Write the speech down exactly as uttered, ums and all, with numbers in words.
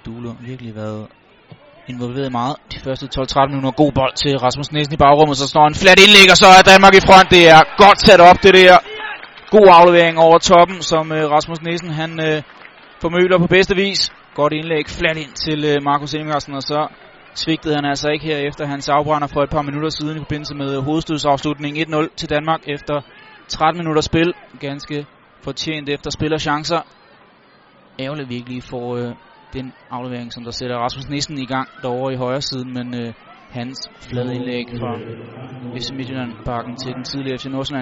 Duelund virkelig været involveret meget de første tolv tretten minutter. God bold til Rasmus Nissen i bagrummet, så står en flat indlæg, og så er Danmark i front. Det er godt sat op, det der. God aflevering over toppen, som øh, Rasmus Nissen han øh, formøler på bedste vis. Godt indlæg, flat ind til øh, Markus Ingersen, og så svigtede han altså ikke her efter hans afbrænder for et par minutter siden i forbindelse med hovedstødsafslutningen. et nul til Danmark efter tretten minutter spil. Ganske fortjent efter spillerchancer. Ærgerligt virkelig for øh, den aflevering, som der sætter Rasmus Nissen i gang derovre i højre siden, men øh, hans flade indlæg fra F C Midtjylland-bakken til den tidligere F C Nordsjælland